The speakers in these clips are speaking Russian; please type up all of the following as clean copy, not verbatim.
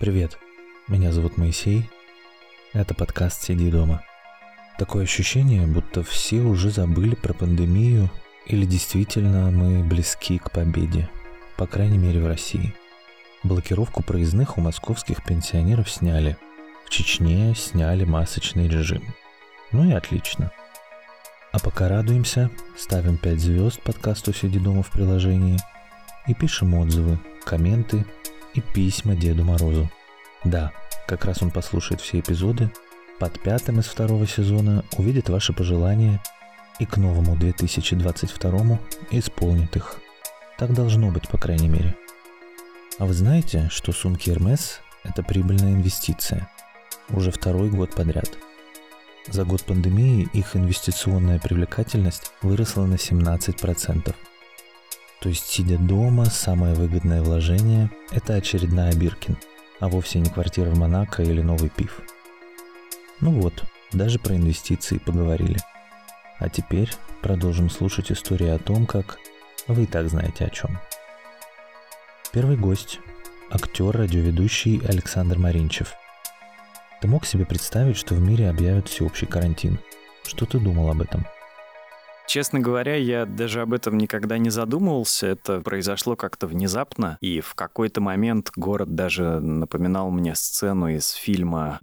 Привет, меня зовут Моисей, это подкаст «Сиди дома». Такое ощущение, будто все уже забыли про пандемию, или действительно мы близки к победе, по крайней мере в России. Блокировку проездных у московских пенсионеров сняли, в Чечне сняли масочный режим. Ну и отлично. А пока радуемся, ставим 5 звезд подкасту «Сиди дома» в приложении и пишем отзывы, комменты и письма Деду Морозу. Да, как раз он послушает все эпизоды, под 5-м из 2-го сезона увидит ваши пожелания и к новому 2022 исполнит их. Так должно быть, по крайней мере. А вы знаете, что сумки Hermes – это прибыльная инвестиция? Уже 2-й год подряд. За год пандемии их инвестиционная привлекательность выросла на 17%. То есть, сидя дома, самое выгодное вложение – это очередная Биркин, а вовсе не квартира в Монако или новый пив. Ну вот, даже про инвестиции поговорили. А теперь продолжим слушать истории о том, как вы и так знаете о чем. Первый гость – актер, радиоведущий Александр Маринчев. Ты мог себе представить, что в мире объявят всеобщий карантин? Что ты думал об этом? Честно говоря, я даже об этом никогда не задумывался. Это произошло как-то внезапно. И в какой-то момент город даже напоминал мне сцену из фильма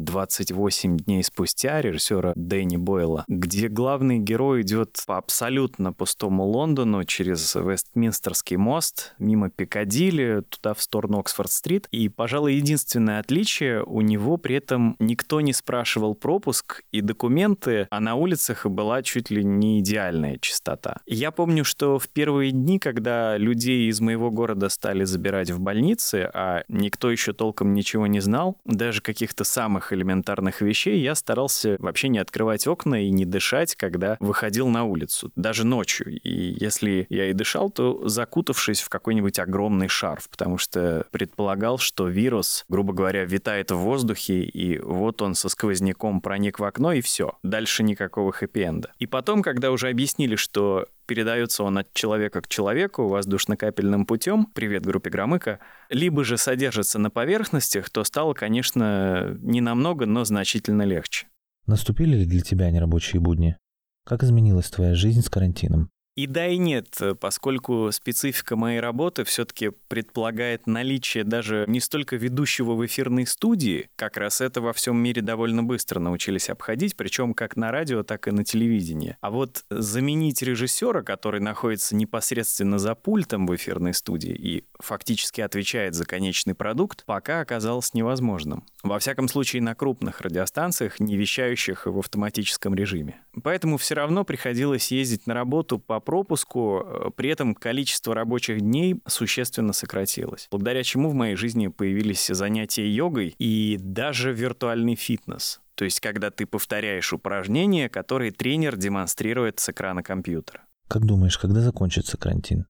«28 дней спустя» режиссера Дэнни Бойла, где главный герой идет по абсолютно пустому Лондону через Вестминстерский мост, мимо Пикадилли, туда в сторону Оксфорд-стрит. И, пожалуй, единственное отличие — у него при этом никто не спрашивал пропуск и документы, а на улицах была чуть ли не идеальная чистота. Я помню, что в первые дни, когда людей из моего города стали забирать в больницы, а никто еще толком ничего не знал, даже каких-то самых элементарных вещей, я старался вообще не открывать окна и не дышать, когда выходил на улицу, даже ночью. И если я и дышал, то закутавшись в какой-нибудь огромный шарф, потому что предполагал, что вирус, грубо говоря, витает в воздухе, и вот он со сквозняком проник в окно, и все. Дальше никакого хэппи-энда. И потом, когда уже объяснили, что передается он от человека к человеку воздушно-капельным путем, привет группе Громыко, либо же содержится на поверхностях, то стало, конечно, не намного, но значительно легче. Наступили ли для тебя нерабочие будни? Как изменилась твоя жизнь с карантином? И да, и нет, поскольку специфика моей работы все-таки предполагает наличие даже не столько ведущего в эфирной студии, как раз это во всем мире довольно быстро научились обходить, причем как на радио, так и на телевидении. А вот заменить режиссера, который находится непосредственно за пультом в эфирной студии и фактически отвечает за конечный продукт, пока оказалось невозможным. Во всяком случае, на крупных радиостанциях, не вещающих в автоматическом режиме. Поэтому все равно приходилось ездить на работу по пропуску, при этом количество рабочих дней существенно сократилось, благодаря чему в моей жизни появились занятия йогой и даже виртуальный фитнес. То есть, когда ты повторяешь упражнения, которые тренер демонстрирует с экрана компьютера. Как думаешь, когда закончится карантин?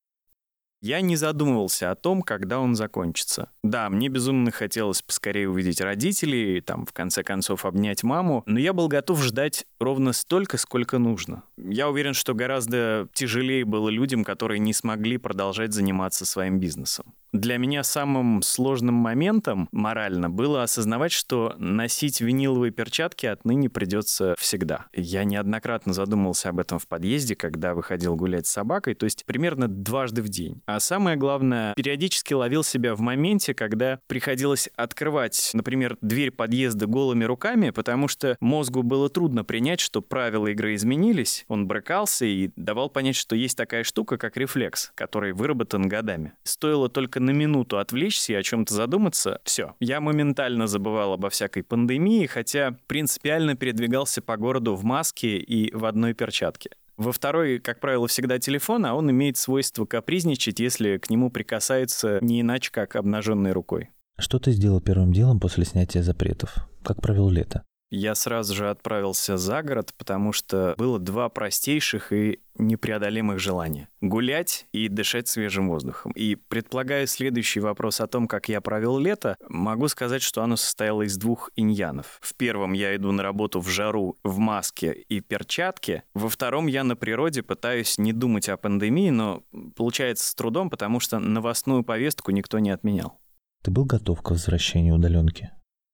Я не задумывался о том, когда он закончится. Да, мне безумно хотелось поскорее увидеть родителей, там, в конце концов, обнять маму, но я был готов ждать ровно столько, сколько нужно. Я уверен, что гораздо тяжелее было людям, которые не смогли продолжать заниматься своим бизнесом. Для меня самым сложным моментом морально было осознавать, что носить виниловые перчатки отныне придется всегда. Я неоднократно задумывался об этом в подъезде, когда выходил гулять с собакой, то есть примерно дважды в день. А самое главное, периодически ловил себя в моменте, когда приходилось открывать, например, дверь подъезда голыми руками, потому что мозгу было трудно принять, что правила игры изменились, он брыкался и давал понять, что есть такая штука, как рефлекс, который выработан годами. Стоило только на минуту отвлечься и о чем-то задуматься, все. Я моментально забывал обо всякой пандемии, хотя принципиально передвигался по городу в маске и в одной перчатке. Во второй, как правило, всегда телефон, а он имеет свойство капризничать, если к нему прикасается не иначе, как обнаженной рукой. Что ты сделал первым делом после снятия запретов? Как провел лето? Я сразу же отправился за город, потому что было два простейших и непреодолимых желания – гулять и дышать свежим воздухом. И предполагая следующий вопрос о том, как я провел лето, могу сказать, что оно состояло из двух иньянов. В первом я иду на работу в жару, в маске и перчатке. Во втором я на природе пытаюсь не думать о пандемии, но получается с трудом, потому что новостную повестку никто не отменял. Ты был готов к возвращению удаленки?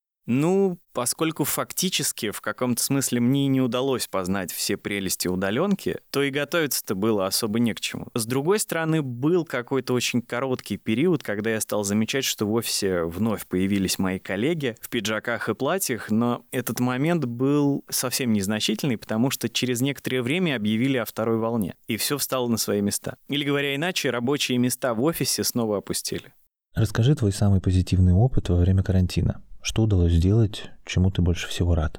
Поскольку фактически в каком-то смысле мне не удалось познать все прелести удаленки, то и готовиться-то было особо не к чему. С другой стороны, был какой-то очень короткий период, когда я стал замечать, что в офисе вновь появились мои коллеги в пиджаках и платьях, но этот момент был совсем незначительный, потому что через некоторое время объявили о второй волне, и все встало на свои места. Или говоря иначе, рабочие места в офисе снова опустели. Расскажи твой самый позитивный опыт во время карантина. Что удалось сделать, чему ты больше всего рад?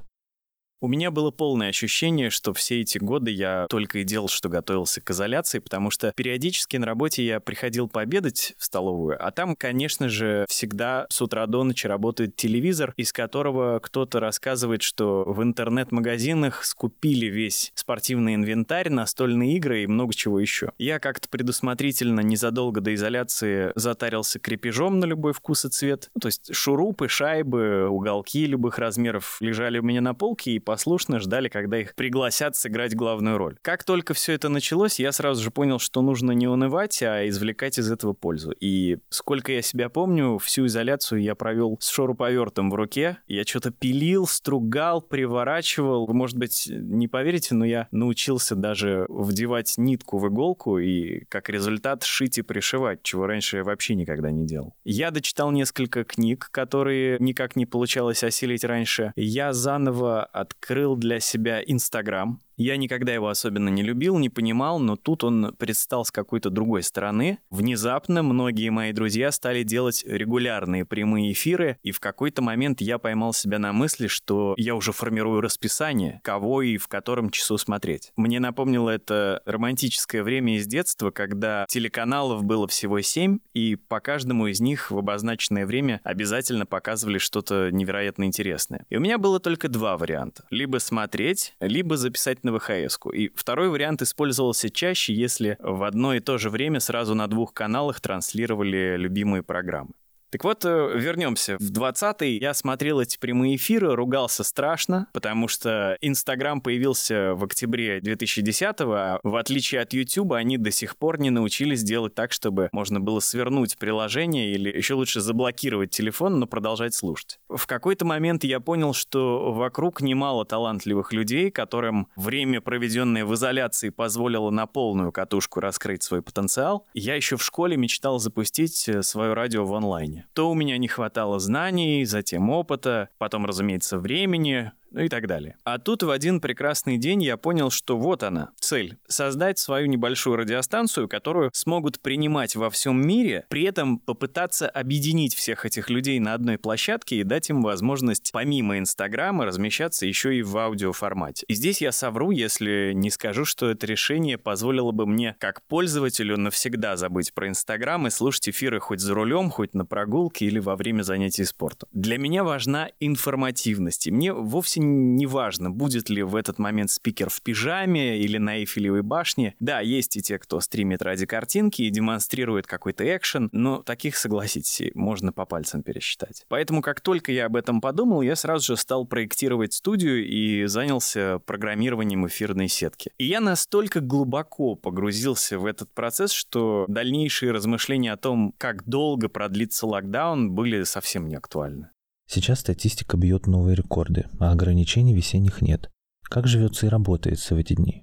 У меня было полное ощущение, что все эти годы я только и делал, что готовился к изоляции, потому что периодически на работе я приходил пообедать в столовую, а там, конечно же, всегда с утра до ночи работает телевизор, из которого кто-то рассказывает, что в интернет-магазинах скупили весь спортивный инвентарь, настольные игры и много чего еще. Я как-то предусмотрительно незадолго до изоляции затарился крепежом на любой вкус и цвет. То есть шурупы, шайбы, уголки любых размеров лежали у меня на полке и послушно ждали, когда их пригласят сыграть главную роль. Как только все это началось, я сразу же понял, что нужно не унывать, а извлекать из этого пользу. И сколько я себя помню, всю изоляцию я провел с шуруповертом в руке. Я что-то пилил, стругал, приворачивал. Вы, может быть, не поверите, но я научился даже вдевать нитку в иголку и, как результат, шить и пришивать, чего раньше я вообще никогда не делал. Я дочитал несколько книг, которые никак не получалось осилить раньше. Я заново открыл для себя Инстаграм. Я никогда его особенно не любил, не понимал, но тут он предстал с какой-то другой стороны. Внезапно многие мои друзья стали делать регулярные прямые эфиры, и в какой-то момент я поймал себя на мысли, что я уже формирую расписание, кого и в котором часу смотреть. Мне напомнило это романтическое время из детства, когда телеканалов было всего 7, и по каждому из них в обозначенное время обязательно показывали что-то невероятно интересное. И у меня было только два варианта. Либо смотреть, либо записать на ВХС-ку. И второй вариант использовался чаще, если в одно и то же время сразу на 2 каналах транслировали любимые программы. Так вот, вернемся. В 20-й я смотрел эти прямые эфиры, ругался страшно, потому что Инстаграм появился в октябре 2010-го, а в отличие от Ютуба, они до сих пор не научились делать так, чтобы можно было свернуть приложение или еще лучше заблокировать телефон, но продолжать слушать. В какой-то момент я понял, что вокруг немало талантливых людей, которым время, проведенное в изоляции, позволило на полную катушку раскрыть свой потенциал. Я еще в школе мечтал запустить свое радио в онлайне. То у меня не хватало знаний, затем опыта, потом, разумеется, времени, и так далее. А тут в один прекрасный день я понял, что вот она, цель. Создать свою небольшую радиостанцию, которую смогут принимать во всем мире, при этом попытаться объединить всех этих людей на одной площадке и дать им возможность помимо Инстаграма размещаться еще и в аудиоформате. И здесь я совру, если не скажу, что это решение позволило бы мне, как пользователю, навсегда забыть про Инстаграм и слушать эфиры хоть за рулем, хоть на прогулке или во время занятий спортом. Для меня важна информативность, и мне вовсе не важно, будет ли в этот момент спикер в пижаме или на Эйфелевой башне. Да, есть и те, кто стримит ради картинки и демонстрирует какой-то экшен, но таких, согласитесь, можно по пальцам пересчитать. Поэтому, как только я об этом подумал, я сразу же стал проектировать студию и занялся программированием эфирной сетки. И я настолько глубоко погрузился в этот процесс, что дальнейшие размышления о том, как долго продлится локдаун, были совсем не актуальны. Сейчас статистика бьет новые рекорды, а ограничений весенних нет. Как живется и работается в эти дни?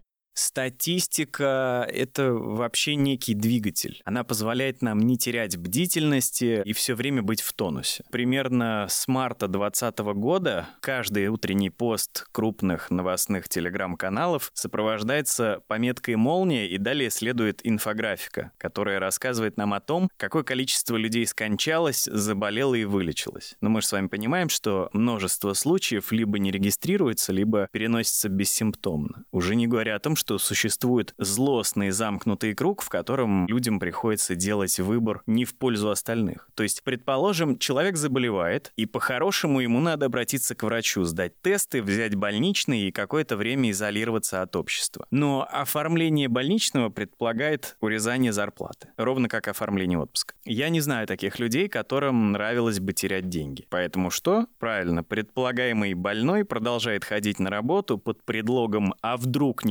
Статистика — это вообще некий двигатель. Она позволяет нам не терять бдительности и все время быть в тонусе. Примерно с марта 2020 года каждый утренний пост крупных новостных телеграм-каналов сопровождается пометкой «Молния», и далее следует инфографика, которая рассказывает нам о том, какое количество людей скончалось, заболело и вылечилось. Но мы же с вами понимаем, что множество случаев либо не регистрируется, либо переносится бессимптомно. Уже не говоря о том, что существует злостный замкнутый круг, в котором людям приходится делать выбор не в пользу остальных. То есть, предположим, человек заболевает, и по-хорошему ему надо обратиться к врачу, сдать тесты, взять больничный и какое-то время изолироваться от общества. Но оформление больничного предполагает урезание зарплаты, ровно как оформление отпуска. Я не знаю таких людей, которым нравилось бы терять деньги. Поэтому что? Правильно, предполагаемый больной продолжает ходить на работу под предлогом «а вдруг никто не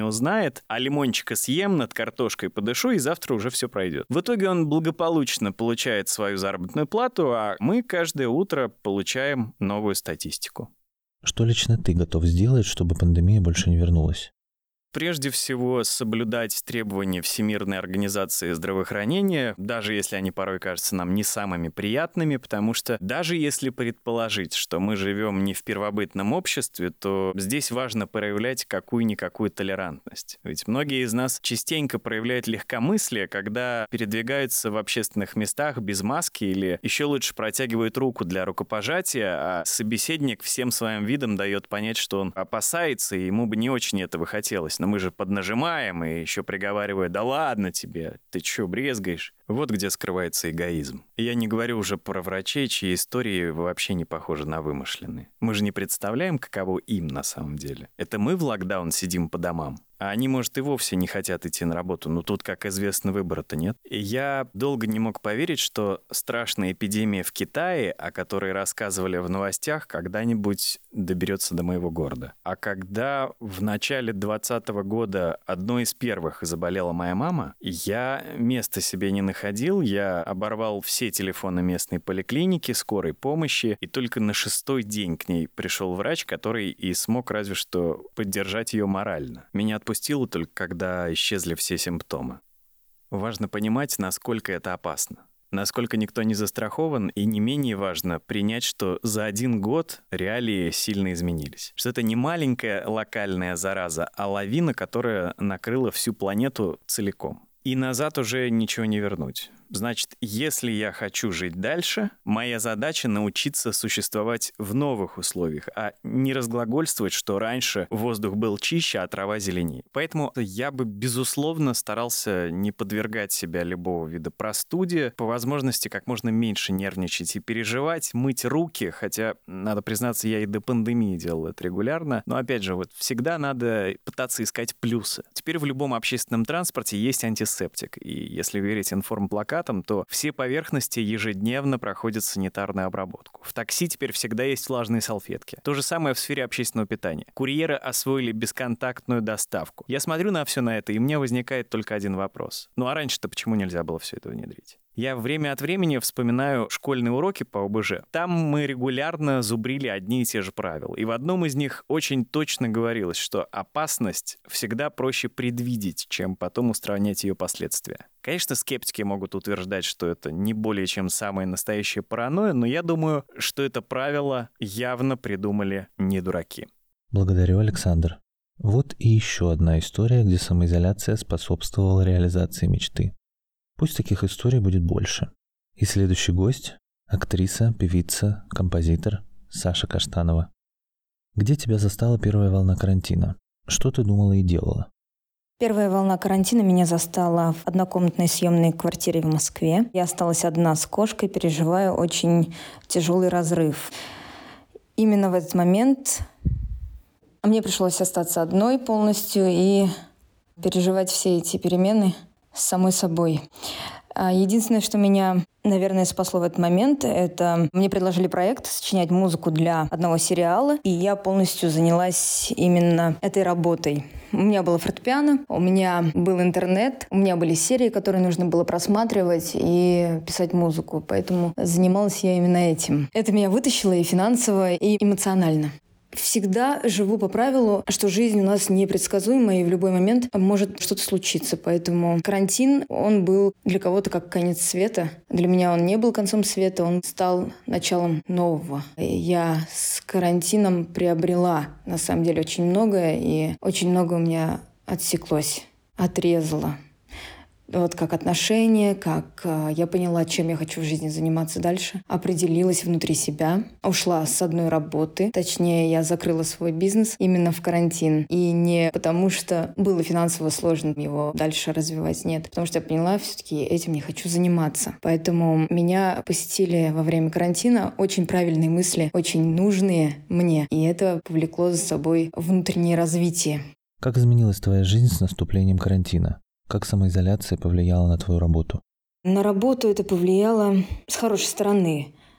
не узнает, а лимончика съем, над картошкой подышу, и завтра уже все пройдет. В итоге он благополучно получает свою заработную плату, а мы каждое утро получаем новую статистику. Что лично ты готов сделать, чтобы пандемия больше не вернулась? Прежде всего, соблюдать требования Всемирной организации здравоохранения, даже если они порой кажутся нам не самыми приятными, потому что даже если предположить, что мы живем не в первобытном обществе, то здесь важно проявлять какую-никакую толерантность. Ведь многие из нас частенько проявляют легкомыслие, когда передвигаются в общественных местах без маски или еще лучше протягивают руку для рукопожатия, а собеседник всем своим видом дает понять, что он опасается, и ему бы не очень этого хотелось. Но мы же поднажимаем и еще приговаривая: да ладно тебе, ты че, брезгаешь? Вот где скрывается эгоизм. И я не говорю уже про врачей, чьи истории вообще не похожи на вымышленные. Мы же не представляем, каково им на самом деле. Это мы в локдаун сидим по домам. А они, может, и вовсе не хотят идти на работу, но тут, как известно, выбора-то нет. И я долго не мог поверить, что страшная эпидемия в Китае, о которой рассказывали в новостях, когда-нибудь доберется до моего города. А когда в начале 2020 года одной из первых заболела моя мама, я места себе не находил, я оборвал все телефоны местной поликлиники, скорой помощи, и только на 6-й день к ней пришел врач, который и смог разве что поддержать ее морально. Меня отпустило только, когда исчезли все симптомы. Важно понимать, насколько это опасно, насколько никто не застрахован, и не менее важно принять, что за 1 год реалии сильно изменились. Что это не маленькая локальная зараза, а лавина, которая накрыла всю планету целиком. И назад уже ничего не вернуть. Значит, если я хочу жить дальше, моя задача научиться существовать в новых условиях, а не разглагольствовать, что раньше воздух был чище, а трава зеленее. Поэтому я бы, безусловно, старался не подвергать себя любого вида простуде, по возможности как можно меньше нервничать и переживать, мыть руки, хотя, надо признаться, я и до пандемии делал это регулярно, но, опять же, вот всегда надо пытаться искать плюсы. Теперь в любом общественном транспорте есть антисептик, и если верить информплакатам, то все поверхности ежедневно проходят санитарную обработку. В такси теперь всегда есть влажные салфетки. То же самое в сфере общественного питания. Курьеры освоили бесконтактную доставку. Я смотрю на все на это, и мне возникает только один вопрос. Ну а раньше-то почему нельзя было все это внедрить? Я время от времени вспоминаю школьные уроки по ОБЖ. Там мы регулярно зубрили одни и те же правила. И в одном из них очень точно говорилось, что опасность всегда проще предвидеть, чем потом устранять ее последствия. Конечно, скептики могут утверждать, что это не более чем самая настоящая паранойя, но я думаю, что это правило явно придумали не дураки. Благодарю, Александр. Вот и еще одна история, где самоизоляция способствовала реализации мечты. Пусть таких историй будет больше. И следующий гость – актриса, певица, композитор Саша Каштанова. Где тебя застала первая волна карантина? Что ты думала и делала? Первая волна карантина меня застала в однокомнатной съемной квартире в Москве. Я осталась одна с кошкой, переживая очень тяжелый разрыв. Именно в этот момент мне пришлось остаться одной полностью и переживать все эти перемены с самой собой. Единственное, что меня, наверное, спасло в этот момент, это мне предложили проект сочинять музыку для одного сериала, и я полностью занялась именно этой работой. У меня было фортепиано, у меня был интернет, у меня были серии, которые нужно было просматривать и писать музыку, поэтому занималась я именно этим. Это меня вытащило и финансово, и эмоционально. Всегда живу по правилу, что жизнь у нас непредсказуема, и в любой момент может что-то случиться. Поэтому карантин, он был для кого-то как конец света. Для меня он не был концом света, он стал началом нового. Я с карантином приобрела, на самом деле, очень многое, и очень много у меня отсеклось, отрезало. Вот как отношения, как я поняла, чем я хочу в жизни заниматься дальше. Определилась внутри себя. Ушла с одной работы. Точнее, я закрыла свой бизнес именно в карантин. И не потому, что было финансово сложно его дальше развивать. Нет. Потому что я поняла, все-таки этим не хочу заниматься. Поэтому меня посетили во время карантина очень правильные мысли, очень нужные мне. И это повлекло за собой внутреннее развитие. Как изменилась твоя жизнь с наступлением карантина? Как самоизоляция повлияла на твою работу? На работу это повлияло с хорошей стороны.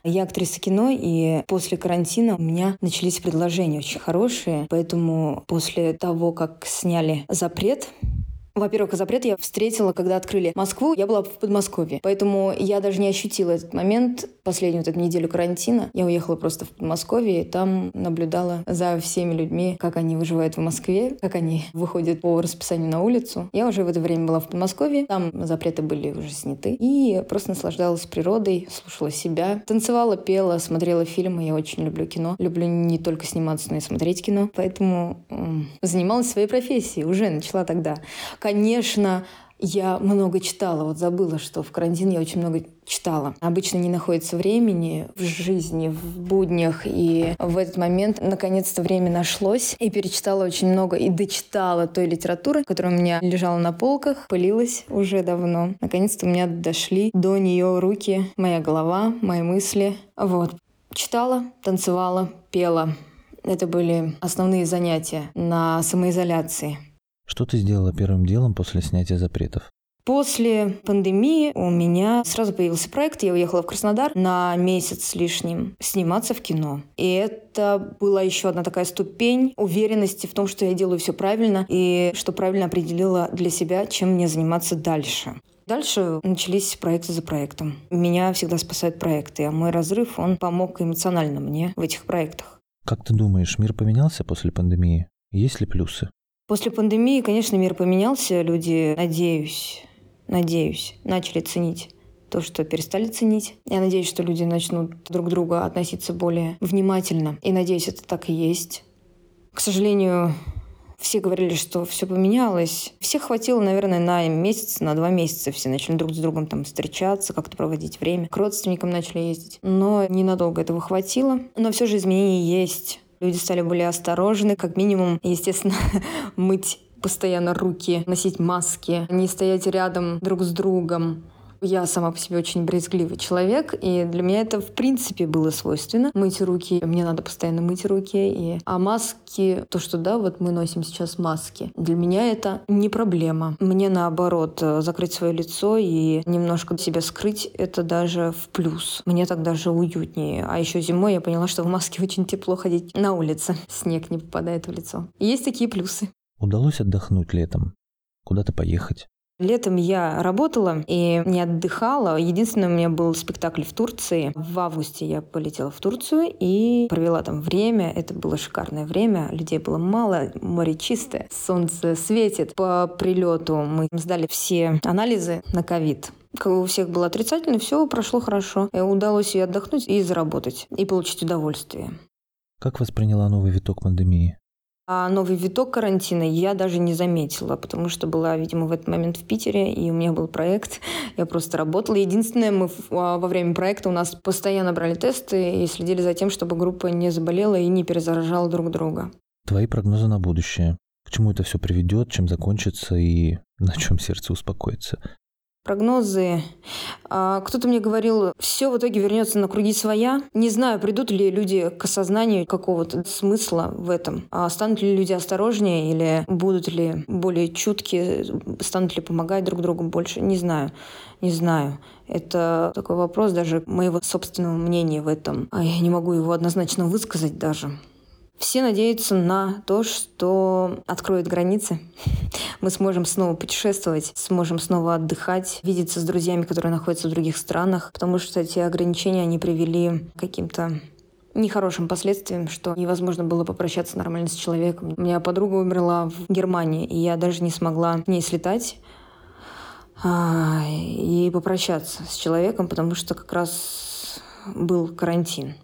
Я актриса кино, и после карантина у меня начались предложения очень хорошие. Поэтому после того, как сняли запрет, во-первых, запрет я встретила, когда открыли Москву. Я была в Подмосковье. Поэтому я даже не ощутила этот момент. Последнюю вот эту неделю карантина я уехала просто в Подмосковье и там наблюдала за всеми людьми, как они выживают в Москве, как они выходят по расписанию на улицу. Я уже в это время была в Подмосковье. Там запреты были уже сняты. И просто наслаждалась природой, слушала себя. Танцевала, пела, смотрела фильмы. Я очень люблю кино. Люблю не только сниматься, но и смотреть кино. Поэтому занималась своей профессией. Уже начала тогда. Конечно, я много читала. Вот забыла, что в карантин я очень много читала. Обычно не находится времени в жизни, в буднях. И в этот момент наконец-то время нашлось. И перечитала очень много. И дочитала той литературы, которая у меня лежала на полках, пылилась уже давно. Наконец-то у меня дошли до нее руки, моя голова, мои мысли. Вот. Читала, танцевала, пела. Это были основные занятия на самоизоляции. Что ты сделала первым делом после снятия запретов? После пандемии у меня сразу появился проект. Я уехала в Краснодар на месяц с лишним сниматься в кино. И это была еще одна такая ступень уверенности в том, что я делаю все правильно и что правильно определила для себя, чем мне заниматься дальше. Дальше начались проекты за проектом. Меня всегда спасают проекты, а мой разрыв, он помог эмоционально мне в этих проектах. Как ты думаешь, мир поменялся после пандемии? Есть ли плюсы? После пандемии, конечно, мир поменялся. Люди, надеюсь, начали ценить то, что перестали ценить. Я надеюсь, что люди начнут друг к другу относиться более внимательно. И надеюсь, это так и есть. К сожалению, все говорили, что все поменялось. Всех хватило, наверное, на месяц, на 2 месяца. Все начали друг с другом там встречаться, как-то проводить время. К родственникам начали ездить. Но ненадолго этого хватило. Но все же изменения есть. Люди стали более осторожны, как минимум, естественно, мыть постоянно руки, носить маски, не стоять рядом друг с другом. Я сама по себе очень брезгливый человек, и для меня это в принципе было свойственно. Мыть руки, мне надо постоянно мыть руки. А маски, то, что да, вот мы носим сейчас маски, для меня это не проблема. Мне наоборот, закрыть свое лицо и немножко себя скрыть, это даже в плюс. Мне так даже уютнее. А еще зимой я поняла, что в маске очень тепло ходить на улице. Снег не попадает в лицо. Есть такие плюсы. Удалось отдохнуть летом? Куда-то поехать? Летом я работала и не отдыхала. Единственное, у меня был спектакль в Турции. В августе я полетела в Турцию и провела там время. Это было шикарное время. Людей было мало, море чистое, солнце светит. По прилету мы сдали все анализы на ковид. У всех было отрицательно, все прошло хорошо. И удалось и отдохнуть, и заработать, и получить удовольствие. Как восприняла новый виток пандемии? А новый виток карантина я даже не заметила, потому что была, видимо, в этот момент в Питере, и у меня был проект, я просто работала. Единственное, мы во время проекта у нас постоянно брали тесты и следили за тем, чтобы группа не заболела и не перезаражала друг друга. Твои прогнозы на будущее. К чему это все приведет, чем закончится и на чем сердце успокоится? Прогнозы. Кто-то мне говорил, все в итоге вернется на круги своя. Не знаю, придут ли люди к осознанию какого-то смысла в этом. Станут ли люди осторожнее или будут ли более чутки, станут ли помогать друг другу больше. Не знаю. Это такой вопрос даже моего собственного мнения в этом. Я не могу его однозначно высказать даже. Все надеются на то, что откроют границы. Мы сможем снова путешествовать, сможем снова отдыхать, видеться с друзьями, которые находятся в других странах, потому что эти ограничения, они привели к каким-то нехорошим последствиям, что невозможно было попрощаться нормально с человеком. У меня подруга умерла в Германии, и я даже не смогла к ней слетать и попрощаться с человеком, потому что как раз был карантин.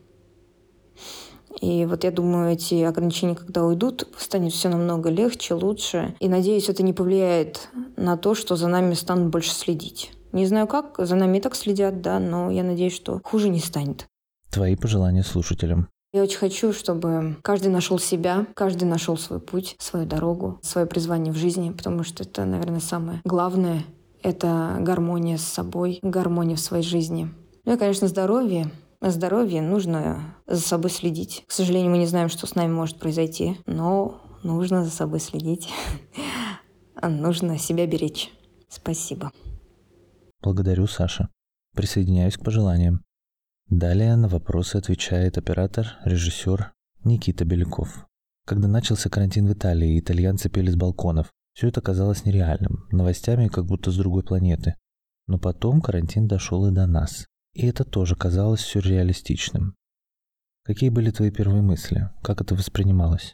И вот я думаю, эти ограничения, когда уйдут, станет все намного легче, лучше. И надеюсь, это не повлияет на то, что за нами станут больше следить. Не знаю как, за нами и так следят, да, но я надеюсь, что хуже не станет. Твои пожелания слушателям. Я очень хочу, чтобы каждый нашел себя, каждый нашел свой путь, свою дорогу, свое призвание в жизни, потому что это, наверное, самое главное. Это гармония с собой, гармония в своей жизни. Ну и, конечно, здоровье. Здоровье нужно за собой следить. К сожалению, мы не знаем, что с нами может произойти, но нужно за собой следить. Нужно себя беречь. Спасибо. Благодарю, Саша. Присоединяюсь к пожеланиям. Далее на вопросы отвечает оператор, режиссер Никита Беляков. Когда начался карантин в Италии, итальянцы пели с балконов. Все это казалось нереальным, новостями как будто с другой планеты. Но потом карантин дошел и до нас. И это тоже казалось сюрреалистичным. Какие были твои первые мысли? Как это воспринималось?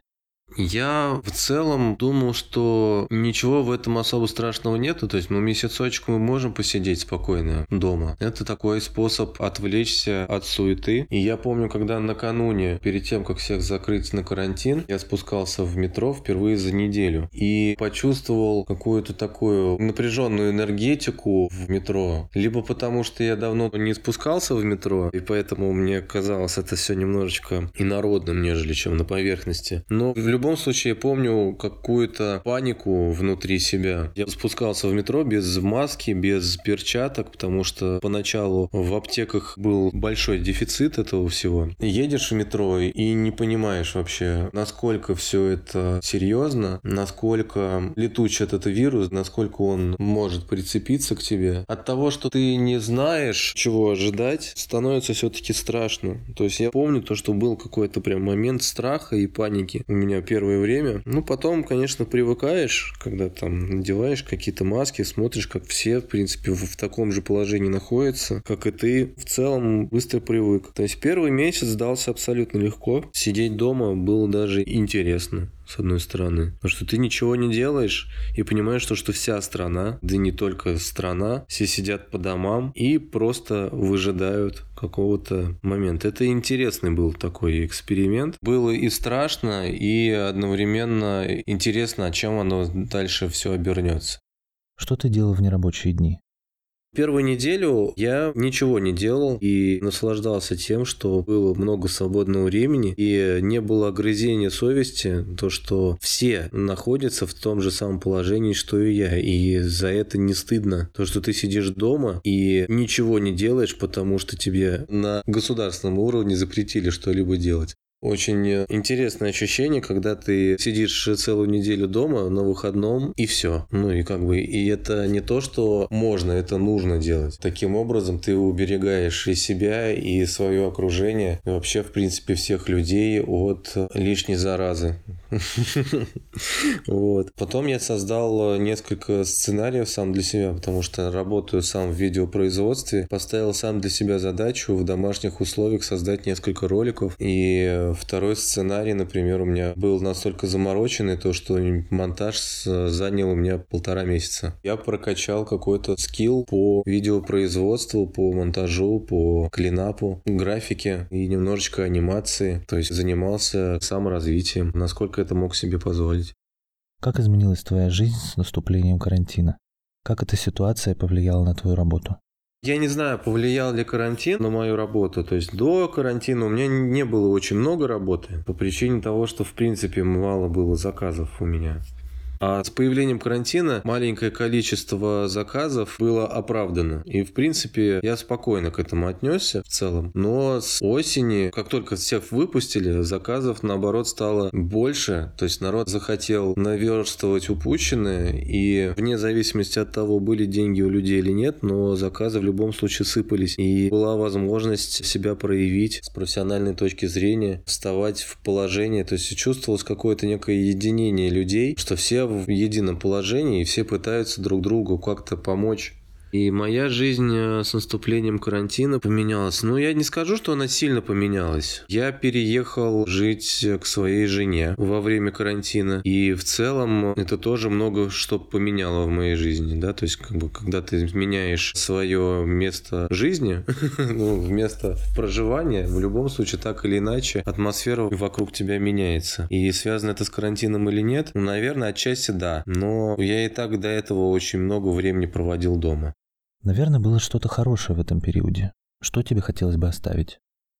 Я в целом думал, что ничего в этом особо страшного нету. То есть, месяцочек мы можем посидеть спокойно дома. Это такой способ отвлечься от суеты. И я помню, когда накануне, перед тем, как всех закрыть на карантин, я спускался в метро впервые за неделю. И почувствовал какую-то такую напряженную энергетику в метро. Либо потому, что я давно не спускался в метро, и поэтому мне казалось это все немножечко инородным, нежели чем на поверхности. Но в любом случае, я помню какую-то панику внутри себя. Я спускался в метро без маски, без перчаток, потому что поначалу в аптеках был большой дефицит этого всего. Едешь в метро и не понимаешь вообще, насколько все это серьезно, насколько летуч этот вирус, насколько он может прицепиться к тебе. От того, что ты не знаешь, чего ожидать, становится все-таки страшно. То есть я помню то, что был какой-то прям момент страха и паники у меня первое время. Потом, конечно, привыкаешь, когда там надеваешь какие-то маски, смотришь, как все, в принципе, в таком же положении находятся, как и ты. В целом, быстро привык. То есть первый месяц дался абсолютно легко. Сидеть дома было даже интересно, с одной стороны. Потому что ты ничего не делаешь и понимаешь, что вся страна, да и не только страна, все сидят по домам и просто выжидают какого-то момента. Это интересный был такой эксперимент. Было и страшно, и одновременно интересно, чем оно дальше все обернется. Что ты делал в нерабочие дни? Первую неделю я ничего не делал и наслаждался тем, что было много свободного времени и не было огрызения совести, то, что все находятся в том же самом положении, что и я, и за это не стыдно. То, что ты сидишь дома и ничего не делаешь, потому что тебе на государственном уровне запретили что-либо делать. Очень интересное ощущение, когда ты сидишь целую неделю дома на выходном и все. И это не то, что можно, это нужно делать. Таким образом ты уберегаешь и себя, и свое окружение, и вообще, в принципе, всех людей от лишней заразы. Потом я создал несколько сценариев сам для себя, потому что работаю сам в видеопроизводстве. Поставил сам для себя задачу в домашних условиях создать несколько роликов. И второй сценарий, например, у меня был настолько замороченный, то что монтаж занял у меня 1,5 месяца. Я прокачал какой-то скилл по видеопроизводству, по монтажу, по клинапу, графике и немножечко анимации. То есть занимался саморазвитием, насколько это мог себе позволить. Как изменилась твоя жизнь с наступлением карантина? Как эта ситуация повлияла на твою работу? Я не знаю, повлиял ли карантин на мою работу. То есть до карантина у меня не было очень много работы по причине того, что в принципе мало было заказов у меня. А с появлением карантина маленькое количество заказов было оправдано. И, в принципе, я спокойно к этому отнесся в целом. Но с осени, как только всех выпустили, заказов, наоборот, стало больше. То есть народ захотел наверстывать упущенное. И вне зависимости от того, были деньги у людей или нет, но заказы в любом случае сыпались. И была возможность себя проявить с профессиональной точки зрения, вставать в положение. То есть чувствовалось какое-то некое единение людей, что все в едином положении, и все пытаются друг другу как-то помочь. И моя жизнь с наступлением карантина поменялась. Я не скажу, что она сильно поменялась. Я переехал жить к своей жене во время карантина. И в целом это тоже много что поменяло в моей жизни. Да? То есть, когда ты меняешь свое место жизни, место проживания, в любом случае, так или иначе, атмосфера вокруг тебя меняется. И связано это с карантином или нет? Наверное, отчасти да. Но я и так до этого очень много времени проводил дома. Наверное, было что-то хорошее в этом периоде. Что тебе хотелось бы оставить?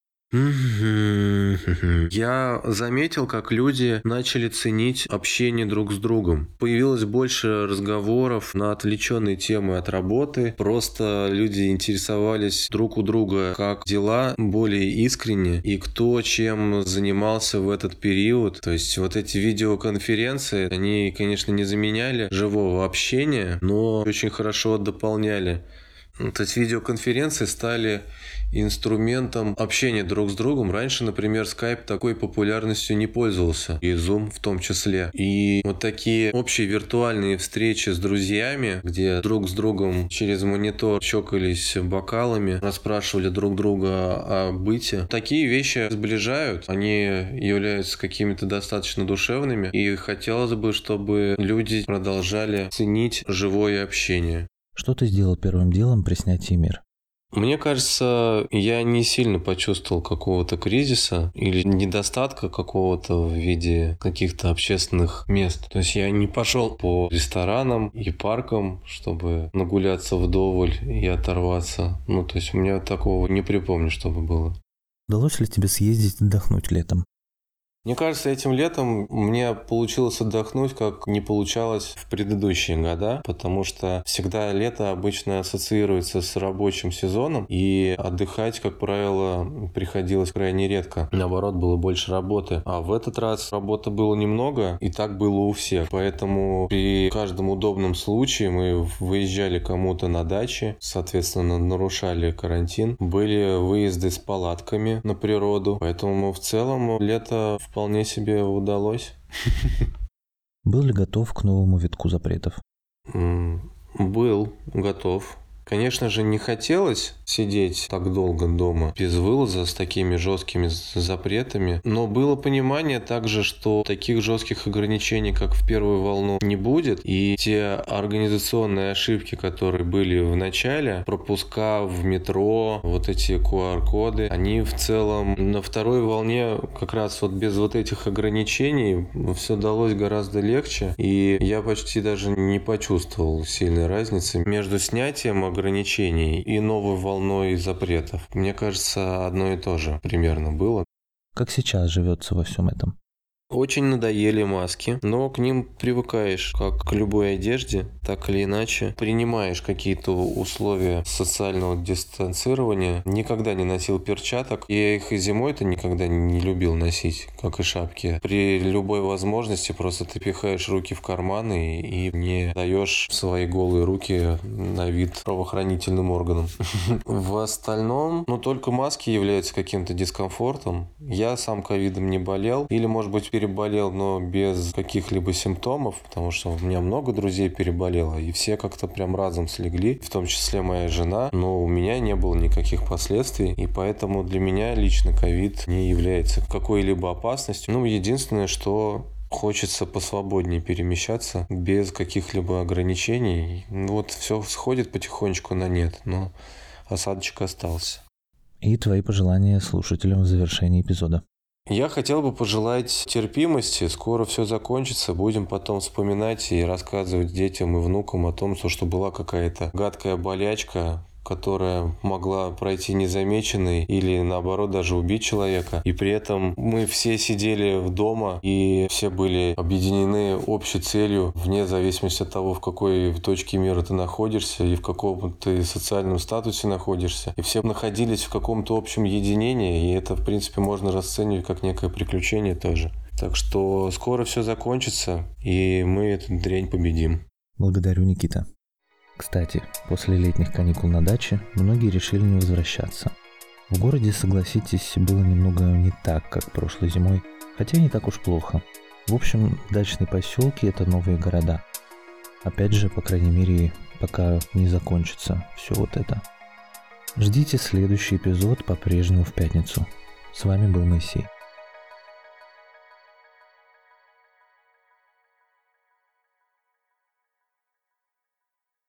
Я заметил, как люди начали ценить общение друг с другом. Появилось больше разговоров на отвлеченные темы от работы. Просто люди интересовались друг у друга, как дела, более искренне, и кто чем занимался в этот период. То есть вот эти видеоконференции, они, конечно, не заменяли живого общения, но очень хорошо дополняли. То есть видеоконференции стали инструментом общения друг с другом. Раньше, например, Skype такой популярностью не пользовался, и Zoom в том числе. И вот такие общие виртуальные встречи с друзьями, где друг с другом через монитор чокались бокалами, расспрашивали друг друга о быте. Такие вещи сближают, они являются какими-то достаточно душевными, и хотелось бы, чтобы люди продолжали ценить живое общение. Что ты сделал первым делом при снятии мер? Мне кажется, я не сильно почувствовал какого-то кризиса или недостатка какого-то в виде каких-то общественных мест. То есть я не пошел по ресторанам и паркам, чтобы нагуляться вдоволь и оторваться. То есть у меня такого не припомню, чтобы было. Удалось ли тебе съездить отдохнуть летом? Мне кажется, этим летом мне получилось отдохнуть, как не получалось в предыдущие года, потому что всегда лето обычно ассоциируется с рабочим сезоном, и отдыхать, как правило, приходилось крайне редко. Наоборот, было больше работы. А в этот раз работы было немного, и так было у всех. Поэтому при каждом удобном случае мы выезжали кому-то на даче, соответственно, нарушали карантин. Были выезды с палатками на природу. Поэтому в целом лето вполне себе удалось. Был ли готов к новому витку запретов? Был готов. Конечно же, не хотелось сидеть так долго дома без вылаза с такими жесткими запретами, но было понимание также, что таких жестких ограничений, как в первую волну, не будет, и те организационные ошибки, которые были в начале, пропуска в метро, вот эти QR-коды, они в целом на второй волне как раз вот без вот этих ограничений все далось гораздо легче, и я почти даже не почувствовал сильной разницы между снятием ограничений и новой волной запретов. Мне кажется, одно и то же примерно было. Как сейчас живется во всем этом? Очень надоели маски, но к ним привыкаешь, как к любой одежде, так или иначе. Принимаешь какие-то условия социального дистанцирования. Никогда не носил перчаток. Я их и зимой-то никогда не любил носить, как и шапки. При любой возможности просто ты пихаешь руки в карманы и не даешь свои голые руки на вид правоохранительным органам. В остальном, только маски являются каким-то дискомфортом. Я сам ковидом не болел. Или, может быть, переболел, но без каких-либо симптомов, потому что у меня много друзей переболело, и все как-то прям разом слегли, в том числе моя жена, но у меня не было никаких последствий, и поэтому для меня лично ковид не является какой-либо опасностью. Единственное, что хочется посвободнее перемещаться, без каких-либо ограничений. Все сходит потихонечку на нет, но осадочек остался. И твои пожелания слушателям в завершении эпизода. Я хотел бы пожелать терпимости. Скоро все закончится. Будем потом вспоминать и рассказывать детям и внукам о том, что была какая-то гадкая болячка, которая могла пройти незамеченной или, наоборот, даже убить человека. И при этом мы все сидели дома, и все были объединены общей целью, вне зависимости от того, в какой точке мира ты находишься и в каком ты социальном статусе находишься. И все находились в каком-то общем единении, и это, в принципе, можно расценивать как некое приключение тоже. Так что скоро все закончится, и мы эту дрянь победим. Благодарю, Никита. Кстати, после летних каникул на даче многие решили не возвращаться. В городе, согласитесь, было немного не так, как прошлой зимой, хотя не так уж плохо. В общем, дачные поселки – это новые города. Опять же, по крайней мере, пока не закончится все вот это. Ждите следующий эпизод по-прежнему в пятницу. С вами был Моисей.